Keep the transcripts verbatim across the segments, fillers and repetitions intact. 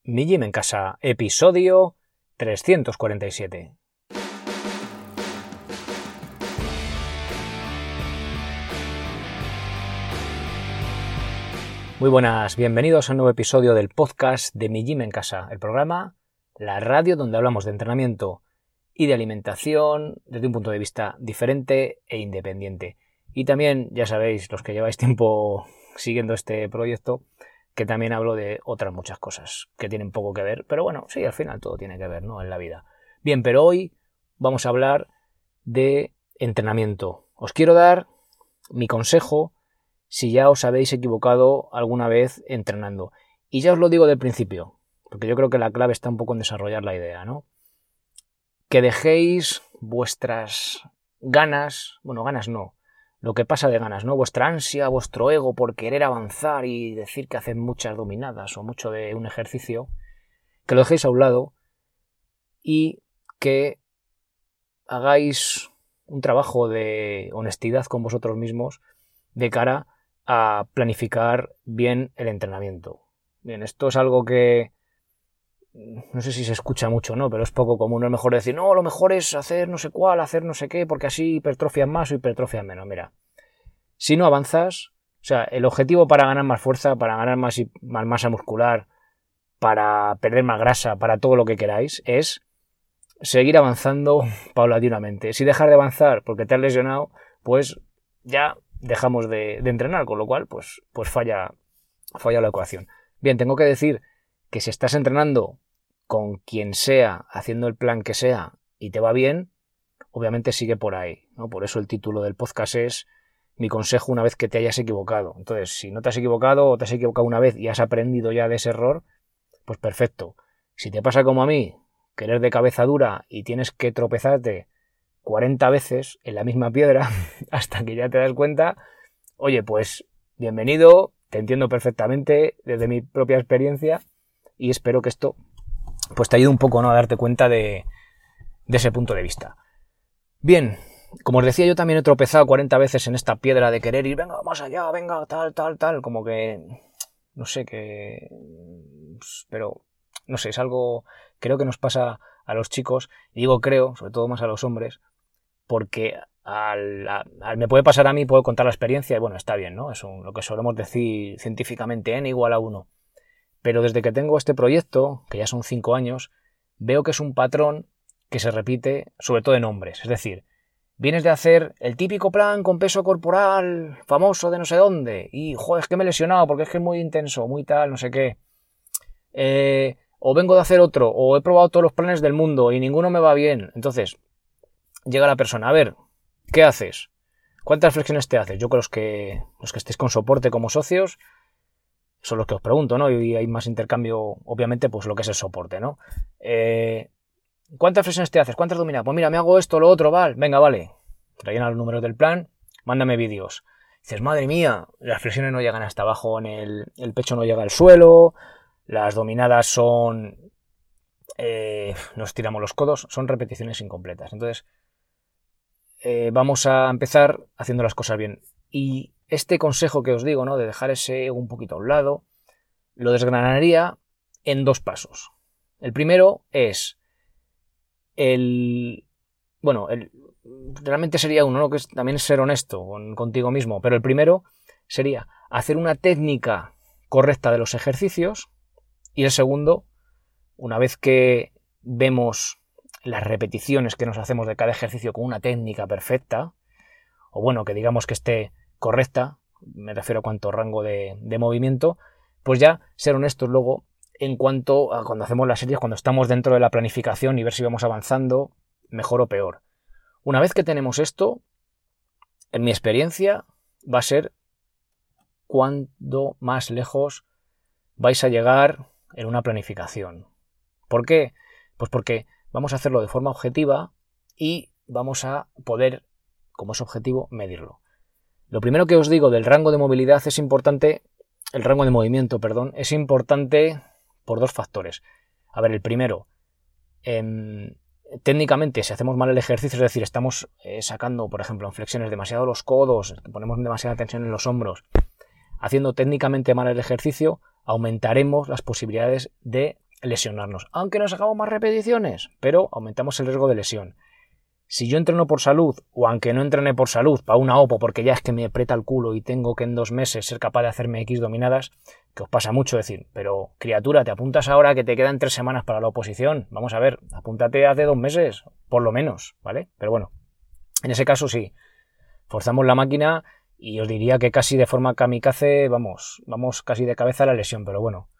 Mi Gym en Casa, episodio trescientos cuarenta y siete. Muy buenas, bienvenidos a un nuevo episodio del podcast de Mi Gym en Casa, el programa, la radio donde hablamos de entrenamiento y de alimentación desde un punto de vista diferente e independiente. Y también, ya sabéis, los que lleváis tiempo siguiendo este proyecto, que también hablo de otras muchas cosas que tienen poco que ver, pero bueno, sí, al final todo tiene que ver, ¿no?, en la vida. Bien, pero hoy vamos a hablar de entrenamiento. Os quiero dar mi consejo si ya os habéis equivocado alguna vez entrenando. Y ya os lo digo del principio, porque yo creo que la clave está un poco en desarrollar la idea, ¿no? Que dejéis vuestras ganas, bueno, ganas no, lo que pasa de ganas, ¿no? Vuestra ansia, vuestro ego por querer avanzar y decir que hacen muchas dominadas o mucho de un ejercicio, que lo dejéis a un lado y que hagáis un trabajo de honestidad con vosotros mismos de cara a planificar bien el entrenamiento. Bien, esto es algo que no sé si se escucha mucho, ¿no? Pero es poco común. Es mejor decir, no, lo mejor es hacer no sé cuál, hacer no sé qué, porque así hipertrofias más o hipertrofias menos. Mira, si no avanzas, o sea, el objetivo para ganar más fuerza, para ganar más, más masa muscular, para perder más grasa, para todo lo que queráis, es seguir avanzando paulatinamente. Si dejas de avanzar porque te has lesionado, pues ya dejamos de, de entrenar, con lo cual pues, pues falla, falla la ecuación. Bien, tengo que decir que si estás entrenando con quien sea, haciendo el plan que sea, y te va bien, obviamente sigue por ahí, ¿no? Por eso el título del podcast es mi consejo una vez que te hayas equivocado. Entonces, si no te has equivocado o te has equivocado una vez y has aprendido ya de ese error, pues perfecto. Si te pasa como a mí, que eres de cabeza dura y tienes que tropezarte cuarenta veces en la misma piedra hasta que ya te das cuenta, oye, pues bienvenido, te entiendo perfectamente desde mi propia experiencia y espero que esto pues te ayude un poco, ¿no?, a darte cuenta de, de ese punto de vista. Bien, como os decía, yo también he tropezado cuarenta veces en esta piedra de querer ir, venga, más allá, venga, tal, tal, tal, como que, no sé, que... pero, no sé, es algo, creo que nos pasa a los chicos, y digo creo, sobre todo más a los hombres, porque al, al, me puede pasar a mí, puedo contar la experiencia, y bueno, está bien, ¿no? Es un, lo que solemos decir científicamente, N igual a uno. Pero desde que tengo este proyecto, que ya son cinco años, veo que es un patrón que se repite, sobre todo en hombres. Es decir, vienes de hacer el típico plan con peso corporal famoso de no sé dónde, y joder, es que me he lesionado porque es que es muy intenso, muy tal, no sé qué. Eh, o vengo de hacer otro, o he probado todos los planes del mundo y ninguno me va bien. Entonces, llega la persona, a ver, ¿qué haces? ¿Cuántas flexiones te haces? Yo creo que los que estéis con soporte como socios son los que os pregunto, ¿no? Y hay más intercambio, obviamente, pues lo que es el soporte, ¿no? Eh, ¿Cuántas flexiones te haces? ¿Cuántas dominadas? Pues mira, me hago esto, lo otro, vale, venga, vale. Rellena los números del plan, mándame vídeos. Dices, madre mía, las flexiones no llegan hasta abajo, en el, el pecho no llega al suelo, las dominadas son... Eh, nos tiramos los codos, son repeticiones incompletas. Entonces, eh, vamos a empezar haciendo las cosas bien. Y este consejo que os digo, ¿no?, de dejar ese ego un poquito a un lado, lo desgranaría en dos pasos. El primero es el... Bueno, el, realmente sería uno, ¿no?, que es, también es ser honesto con, contigo mismo, pero el primero sería hacer una técnica correcta de los ejercicios, y el segundo, una vez que vemos las repeticiones que nos hacemos de cada ejercicio con una técnica perfecta, o bueno, que digamos que esté correcta, me refiero a cuánto rango de, de movimiento, pues ya ser honestos luego en cuanto a cuando hacemos las series, cuando estamos dentro de la planificación y ver si vamos avanzando mejor o peor. Una vez que tenemos esto, en mi experiencia, va a ser cuánto más lejos vais a llegar en una planificación. ¿Por qué? Pues porque vamos a hacerlo de forma objetiva y vamos a poder, como es objetivo, medirlo. Lo primero que os digo del rango de movilidad es importante, el rango de movimiento, perdón, es importante por dos factores. A ver, el primero, eh, técnicamente, si hacemos mal el ejercicio, es decir, estamos eh, sacando, por ejemplo, en flexiones demasiado los codos, ponemos demasiada tensión en los hombros, haciendo técnicamente mal el ejercicio, aumentaremos las posibilidades de lesionarnos, aunque nos hagamos más repeticiones, pero aumentamos el riesgo de lesión. Si yo entreno por salud, o aunque no entrene por salud, para una opo, porque ya es que me aprieta el culo y tengo que en dos meses ser capaz de hacerme X dominadas, que os pasa mucho decir, pero criatura, te apuntas ahora que te quedan tres semanas para la oposición, vamos a ver, apúntate hace dos meses, por lo menos, ¿vale? Pero bueno, en ese caso sí, forzamos la máquina y os diría que casi de forma kamikaze, vamos, vamos casi de cabeza a la lesión, pero bueno,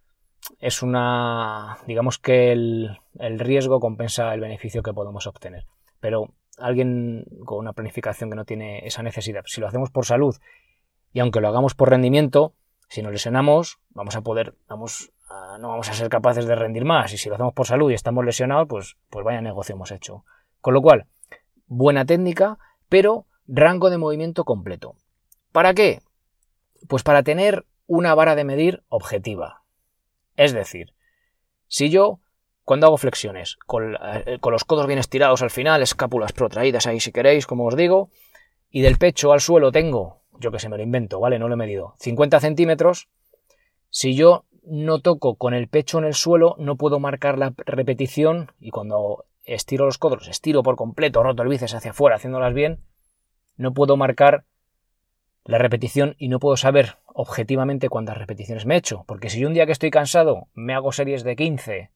es una, digamos que el, el riesgo compensa el beneficio que podemos obtener. Pero alguien con una planificación que no tiene esa necesidad, si lo hacemos por salud y aunque lo hagamos por rendimiento, si nos lesionamos vamos a poder, vamos a, no vamos a ser capaces de rendir más, y si lo hacemos por salud y estamos lesionados, pues, pues vaya negocio hemos hecho. Con lo cual, buena técnica, pero rango de movimiento completo. ¿Para qué? Pues para tener una vara de medir objetiva. Es decir, si yo cuando hago flexiones, con, eh, con los codos bien estirados al final, escápulas protraídas ahí si queréis, como os digo, y del pecho al suelo tengo, yo que sé, me lo invento, ¿vale? No lo he medido, cincuenta centímetros, si yo no toco con el pecho en el suelo, no puedo marcar la repetición, y cuando estiro los codos, estiro por completo, roto el bíceps hacia afuera, haciéndolas bien, no puedo marcar la repetición y no puedo saber objetivamente cuántas repeticiones me he hecho, porque si yo un día que estoy cansado me hago series de quince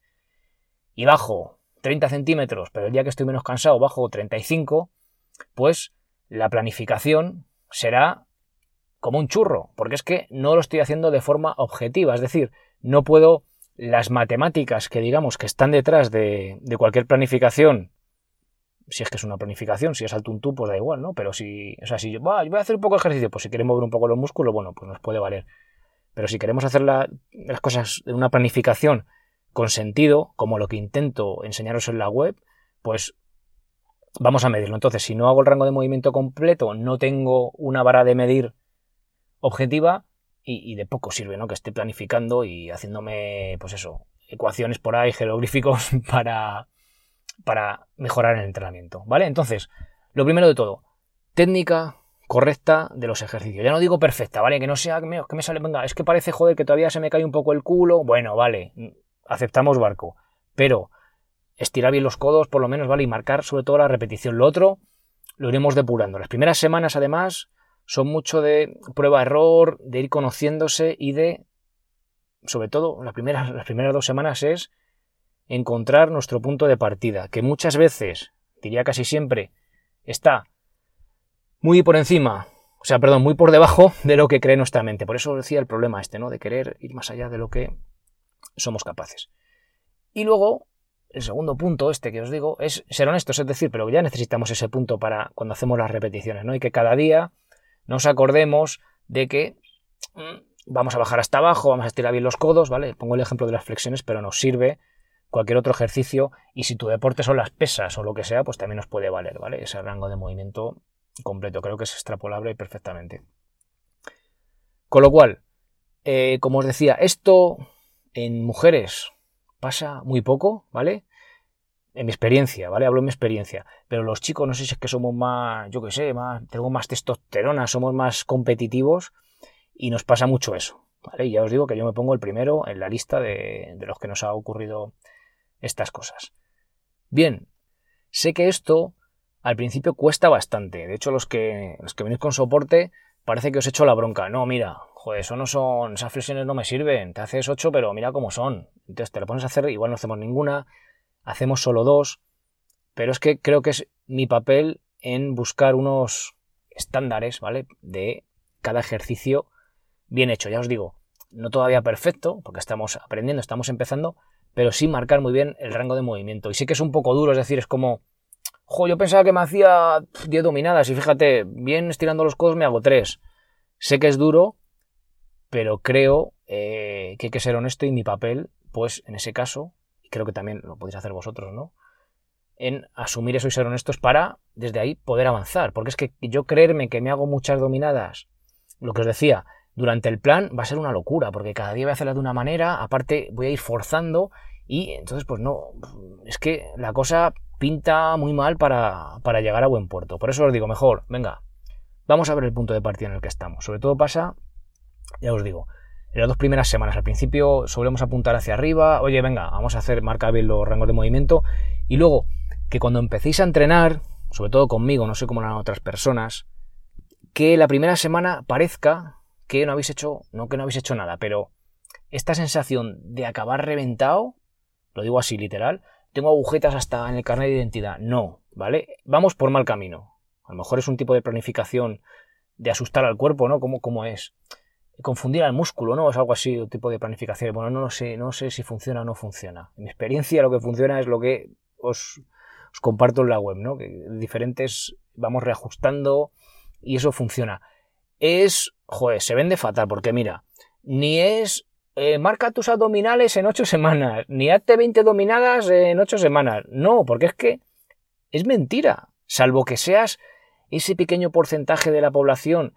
y bajo treinta centímetros, pero el día que estoy menos cansado bajo treinta y cinco, pues la planificación será como un churro, porque es que no lo estoy haciendo de forma objetiva, es decir, no puedo, las matemáticas que digamos que están detrás de, de cualquier planificación, si es que es una planificación, si es al tuntú, pues da igual, ¿no? Pero si, o sea, si yo, bah, yo voy a hacer un poco de ejercicio, pues si queremos mover un poco los músculos, bueno, pues nos puede valer. Pero si queremos hacer la, las cosas de una planificación con sentido, como lo que intento enseñaros en la web, pues vamos a medirlo. Entonces, si no hago el rango de movimiento completo, no tengo una vara de medir objetiva y, y de poco sirve, ¿no? Que esté planificando y haciéndome, pues eso, ecuaciones por ahí, jeroglíficos para, para mejorar el entrenamiento, ¿vale? Entonces, lo primero de todo, técnica correcta de los ejercicios. Ya no digo perfecta, ¿vale? Que no sea, que me sale, venga, es que parece, joder, que todavía se me cae un poco el culo. Bueno, vale, aceptamos barco, pero estirar bien los codos por lo menos, ¿vale? Y marcar sobre todo la repetición. Lo otro lo iremos depurando. Las primeras semanas, además, son mucho de prueba-error, de ir conociéndose y de, sobre todo, las primeras, las primeras dos semanas es encontrar nuestro punto de partida, que muchas veces, diría casi siempre, está muy por encima, o sea, perdón, muy por debajo de lo que cree nuestra mente. Por eso decía el problema este, ¿no? De querer ir más allá de lo que somos capaces. Y luego, el segundo punto este que os digo es ser honestos, es decir, pero ya necesitamos ese punto para cuando hacemos las repeticiones, ¿no? Y que cada día nos acordemos de que mmm, vamos a bajar hasta abajo, vamos a estirar bien los codos, ¿vale? Pongo el ejemplo de las flexiones, pero nos sirve cualquier otro ejercicio, y si tu deporte son las pesas o lo que sea, pues también nos puede valer, ¿vale? Ese rango de movimiento completo, creo que es extrapolable perfectamente. Con lo cual, eh, como os decía, esto en mujeres pasa muy poco, ¿vale? En mi experiencia, ¿vale? Hablo en mi experiencia. Pero los chicos, no sé si es que somos más, yo qué sé, más, tenemos más testosterona, somos más competitivos y nos pasa mucho eso, ¿vale? Y ya os digo que yo me pongo el primero en la lista de, de los que nos ha ocurrido estas cosas. Bien, sé que esto al principio cuesta bastante. De hecho, los que, los que venís con soporte parece que os echo la bronca. No, mira, joder, eso no son, esas flexiones no me sirven. Te haces ocho, pero mira cómo son. Entonces te lo pones a hacer, igual no hacemos ninguna, hacemos solo dos. Pero es que creo que es mi papel en buscar unos estándares, ¿vale? De cada ejercicio bien hecho. Ya os digo, no todavía perfecto, porque estamos aprendiendo, estamos empezando, pero sí marcar muy bien el rango de movimiento. Y sí que es un poco duro, es decir, es como, jo, yo pensaba que me hacía diez dominadas y fíjate, bien estirando los codos me hago tres. Sé que es duro, pero creo eh, que hay que ser honesto y mi papel, pues en ese caso, y creo que también lo podéis hacer vosotros, ¿no? En asumir eso y ser honestos para, desde ahí, poder avanzar. Porque es que yo creerme que me hago muchas dominadas, lo que os decía, durante el plan va a ser una locura, porque cada día voy a hacerlas de una manera, aparte voy a ir forzando y entonces pues no, es que la cosa pinta muy mal para, para llegar a buen puerto. Por eso os digo, mejor, venga, vamos a ver el punto de partida en el que estamos. Sobre todo pasa, ya os digo, en las dos primeras semanas. Al principio solemos apuntar hacia arriba, oye, venga, vamos a hacer, marcar bien los rangos de movimiento, y luego que cuando empecéis a entrenar, sobre todo conmigo, no sé cómo lo harán otras personas, que la primera semana parezca que no habéis hecho, no que no habéis hecho nada, pero esta sensación de acabar reventado, lo digo así literal, tengo agujetas hasta en el carnet de identidad, no, ¿vale? Vamos por mal camino. A lo mejor es un tipo de planificación de asustar al cuerpo, ¿no? ¿Cómo, cómo es? Confundir al músculo, ¿no? Es algo así, un tipo de planificación. Bueno, no lo sé, no sé si funciona o no funciona. En mi experiencia lo que funciona es lo que os, os comparto en la web, ¿no? Que diferentes vamos reajustando y eso funciona. Es, joder, se vende fatal porque mira, ni es eh, marca tus abdominales en ocho semanas, ni hazte veinte dominadas en ocho semanas. No, porque es que es mentira. Salvo que seas ese pequeño porcentaje de la población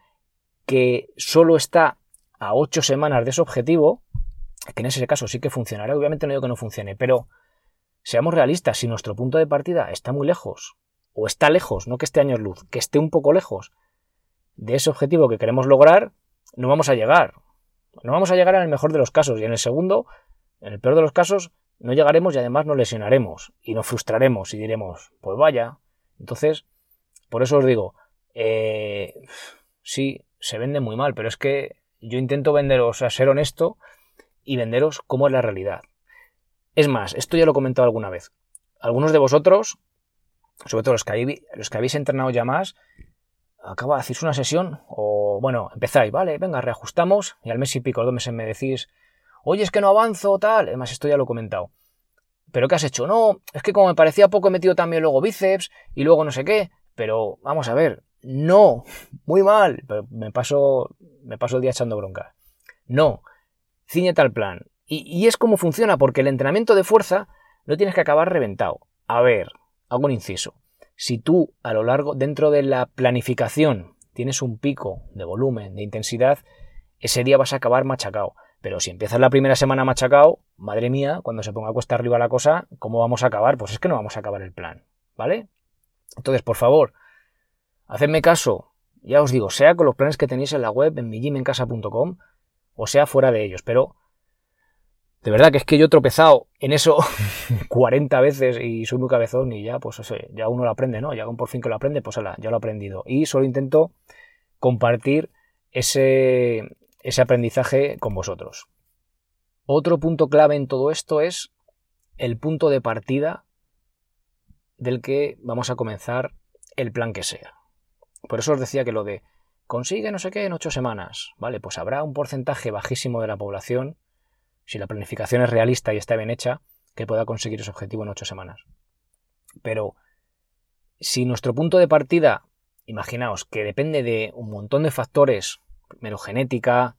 que solo está a ocho semanas de ese objetivo, que en ese caso sí que funcionará, obviamente no digo que no funcione, pero seamos realistas, si nuestro punto de partida está muy lejos, o está lejos, no que esté años luz, que esté un poco lejos de ese objetivo que queremos lograr, no vamos a llegar. No vamos a llegar en el mejor de los casos, y en el segundo, en el peor de los casos, no llegaremos y además nos lesionaremos, y nos frustraremos y diremos, pues vaya. Entonces, por eso os digo, eh, sí, se vende muy mal, pero es que yo intento venderos, o sea, ser honesto y venderos cómo es la realidad. Es más, esto ya lo he comentado alguna vez. Algunos de vosotros, sobre todo los que habéis, los que habéis entrenado ya más, acaba de hacer una sesión o, bueno, empezáis, vale, venga, reajustamos y al mes y pico, dos meses me decís, oye, es que no avanzo, tal. Además, esto ya lo he comentado. ¿Pero qué has hecho? No, es que como me parecía poco he metido también luego bíceps y luego no sé qué. Pero vamos a ver, no, muy mal. Pero me paso, me paso el día echando bronca. No, cíñete al plan. Y, y es como funciona, porque el entrenamiento de fuerza no tienes que acabar reventado. A ver, hago un inciso. Si tú a lo largo, dentro de la planificación, tienes un pico de volumen, de intensidad, ese día vas a acabar machacado. Pero si empiezas la primera semana machacado, madre mía, cuando se ponga cuesta arriba la cosa, ¿cómo vamos a acabar? Pues es que no vamos a acabar el plan, ¿vale? Entonces, por favor, hacedme caso, ya os digo, sea con los planes que tenéis en la web, en mi gym en casa punto com, o sea fuera de ellos, pero de verdad que es que yo he tropezado en eso cuarenta veces y soy muy cabezón y ya, pues eso, ya uno lo aprende, ¿no? Ya por fin que lo aprende, pues ala, ya lo he aprendido. Y solo intento compartir ese... ese aprendizaje con vosotros. Otro punto clave en todo esto es el punto de partida del que vamos a comenzar el plan que sea. Por eso os decía que lo de consigue no sé qué en ocho semanas, vale, pues habrá un porcentaje bajísimo de la población, si la planificación es realista y está bien hecha, que pueda conseguir ese objetivo en ocho semanas. Pero si nuestro punto de partida, imaginaos que depende de un montón de factores, primero genética,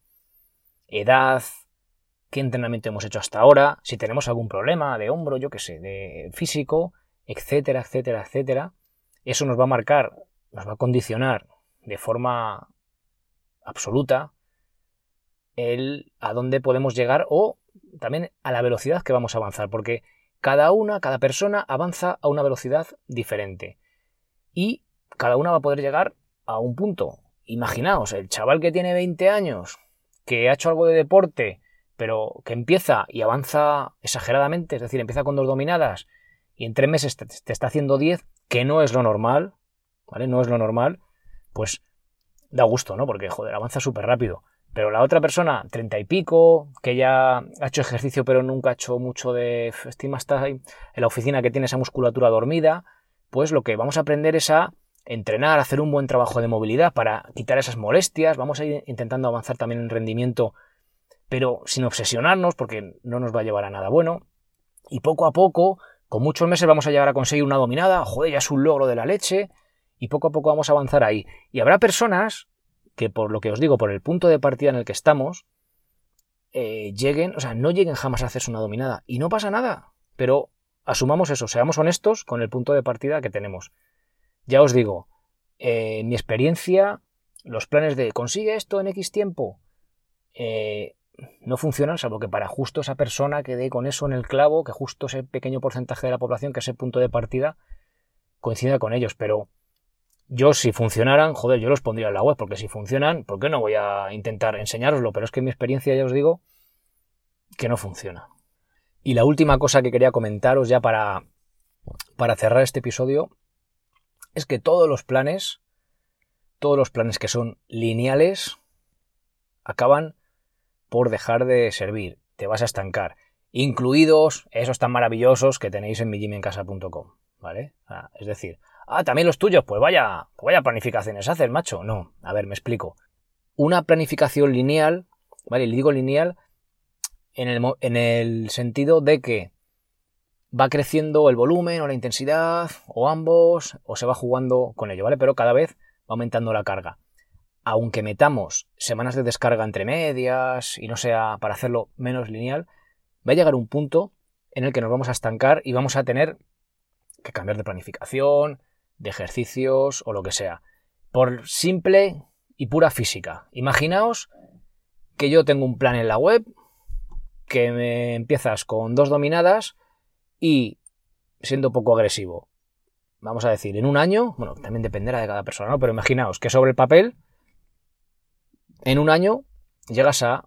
edad, qué entrenamiento hemos hecho hasta ahora, si tenemos algún problema de hombro, yo qué sé, de físico, etcétera, etcétera, etcétera, eso nos va a marcar, nos va a condicionar de forma absoluta el a dónde podemos llegar o también a la velocidad que vamos a avanzar, porque cada una, cada persona avanza a una velocidad diferente y cada una va a poder llegar a un punto. Imaginaos, el chaval que tiene veinte años, que ha hecho algo de deporte, pero que empieza y avanza exageradamente, es decir, empieza con dos dominadas y en tres meses te, te está haciendo diez, que no es lo normal, ¿vale? No es lo normal, pues da gusto, ¿no? Porque, joder, avanza súper rápido. Pero la otra persona, treinta y pico, que ya ha hecho ejercicio pero nunca ha hecho mucho de... estima está en la oficina que tiene esa musculatura dormida, pues lo que vamos a aprender es a entrenar, hacer un buen trabajo de movilidad para quitar esas molestias, vamos a ir intentando avanzar también en rendimiento, pero sin obsesionarnos porque no nos va a llevar a nada bueno, y poco a poco, con muchos meses vamos a llegar a conseguir una dominada, joder, ya es un logro de la leche, y poco a poco vamos a avanzar ahí. Y habrá personas que, por lo que os digo, por el punto de partida en el que estamos, eh, lleguen, o sea, no lleguen jamás a hacerse una dominada, y no pasa nada, pero asumamos eso, seamos honestos con el punto de partida que tenemos. Ya os digo, eh, en mi experiencia, los planes de consigue esto en X tiempo eh, no funcionan, salvo que para justo esa persona que dé con eso en el clavo, que justo ese pequeño porcentaje de la población, que ese punto de partida, coincida con ellos. Pero Yo, si funcionaran, joder, yo los pondría en la web, porque si funcionan, ¿por qué no voy a intentar enseñároslo? Pero es que en mi experiencia ya os digo que no funciona. Y la última cosa que quería comentaros ya para, para cerrar este episodio es que todos los planes, todos los planes que son lineales, acaban por dejar de servir. Te vas a estancar. Incluidos esos tan maravillosos que tenéis en mi gym en casa punto com, ¿vale? Ah, es decir, ah, también los tuyos, pues vaya, pues vaya planificaciones haces, macho. No, a ver, me explico. Una planificación lineal, ¿vale? Le digo lineal en el, en el sentido de que va creciendo el volumen o la intensidad, o ambos, o se va jugando con ello, ¿vale? Pero cada vez va aumentando la carga. Aunque metamos semanas de descarga entre medias y no sea para hacerlo menos lineal, va a llegar un punto en el que nos vamos a estancar y vamos a tener que cambiar de planificación, de ejercicios o lo que sea. Por simple y pura física. Imaginaos que yo tengo un plan en la web que me empiezas con dos dominadas y siendo poco agresivo. Vamos a decir, en un año, bueno, también dependerá de cada persona, ¿no? Pero imaginaos que sobre el papel, en un año llegas a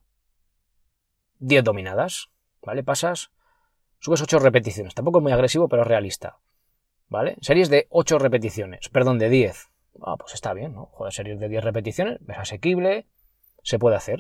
diez dominadas, ¿vale? Pasas, subes ocho repeticiones. Tampoco es muy agresivo, pero es realista, ¿vale? Series de ocho repeticiones, perdón, de diez. Ah, pues está bien, ¿no? Joder, series de diez repeticiones, es asequible, se puede hacer.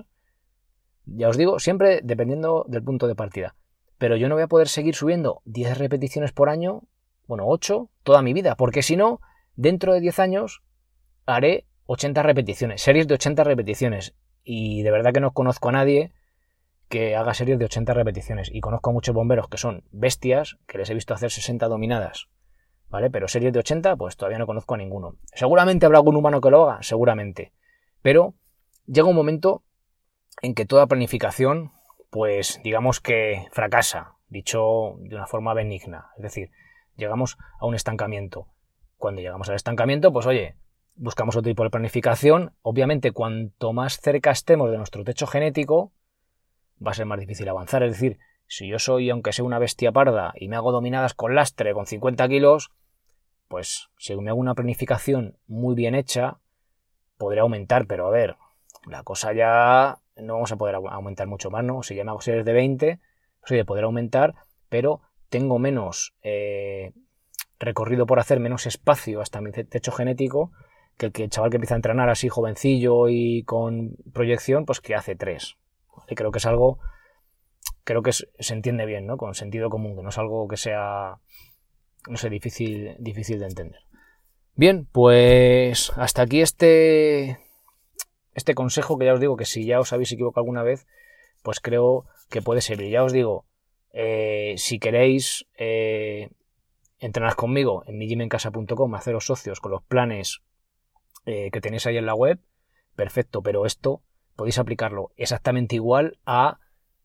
Ya os digo, siempre dependiendo del punto de partida. Pero yo no voy a poder seguir subiendo diez repeticiones por año, bueno, ocho, toda mi vida, porque si no, dentro de diez años haré ochenta repeticiones, series de ochenta repeticiones. Y de verdad que no conozco a nadie que haga series de ochenta repeticiones. Y conozco a muchos bomberos que son bestias, que les he visto hacer sesenta dominadas, ¿vale? Pero series de ochenta, pues todavía no conozco a ninguno. Seguramente habrá algún humano que lo haga, seguramente. Pero llega un momento en que toda planificación, pues digamos que fracasa, dicho de una forma benigna. Es decir, llegamos a un estancamiento. Cuando llegamos al estancamiento, pues oye, buscamos otro tipo de planificación. Obviamente, cuanto más cerca estemos de nuestro techo genético, va a ser más difícil avanzar. Es decir, si yo soy, aunque sea una bestia parda, y me hago dominadas con lastre con cincuenta kilos, pues si me hago una planificación muy bien hecha, podré aumentar, pero a ver, la cosa ya no vamos a poder aumentar mucho más, ¿no? Si ya me hago series de veinte, pues oye, poder aumentar, pero tengo menos eh, recorrido por hacer, menos espacio hasta mi techo genético que el que el chaval que empieza a entrenar así jovencillo y con proyección, pues que hace tres. Y creo que es algo, creo que es, se entiende bien, ¿no? Con sentido común, que no es algo que sea, no sé, difícil, difícil de entender. Bien, pues hasta aquí este, este consejo que ya os digo que si ya os habéis equivocado alguna vez, pues creo que puede servir. Ya os digo, eh, si queréis eh, entrenar conmigo en mi gym en casa punto com, haceros socios con los planes eh, que tenéis ahí en la web, perfecto, pero esto podéis aplicarlo exactamente igual a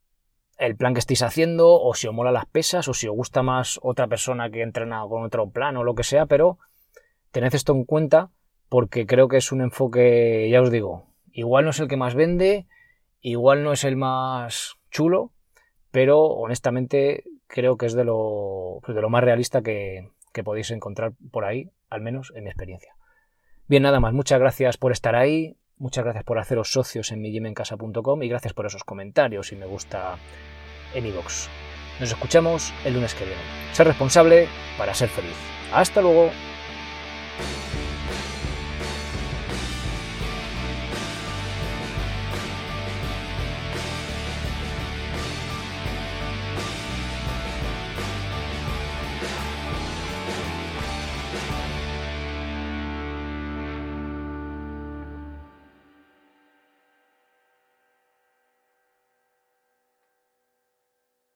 el plan que estéis haciendo, o si os mola las pesas, o si os gusta más otra persona que entrena con otro plan o lo que sea, pero tened esto en cuenta porque creo que es un enfoque, ya os digo, igual no es el que más vende, igual no es el más chulo, pero honestamente creo que es de lo, pues de lo más realista que, que podéis encontrar por ahí, al menos en mi experiencia. Bien, nada más, muchas gracias por estar ahí. Muchas gracias por haceros socios en mi gym en casa punto com y gracias por esos comentarios y me gusta en iVoox. Nos escuchamos el lunes que viene. Ser responsable para ser feliz. ¡Hasta luego!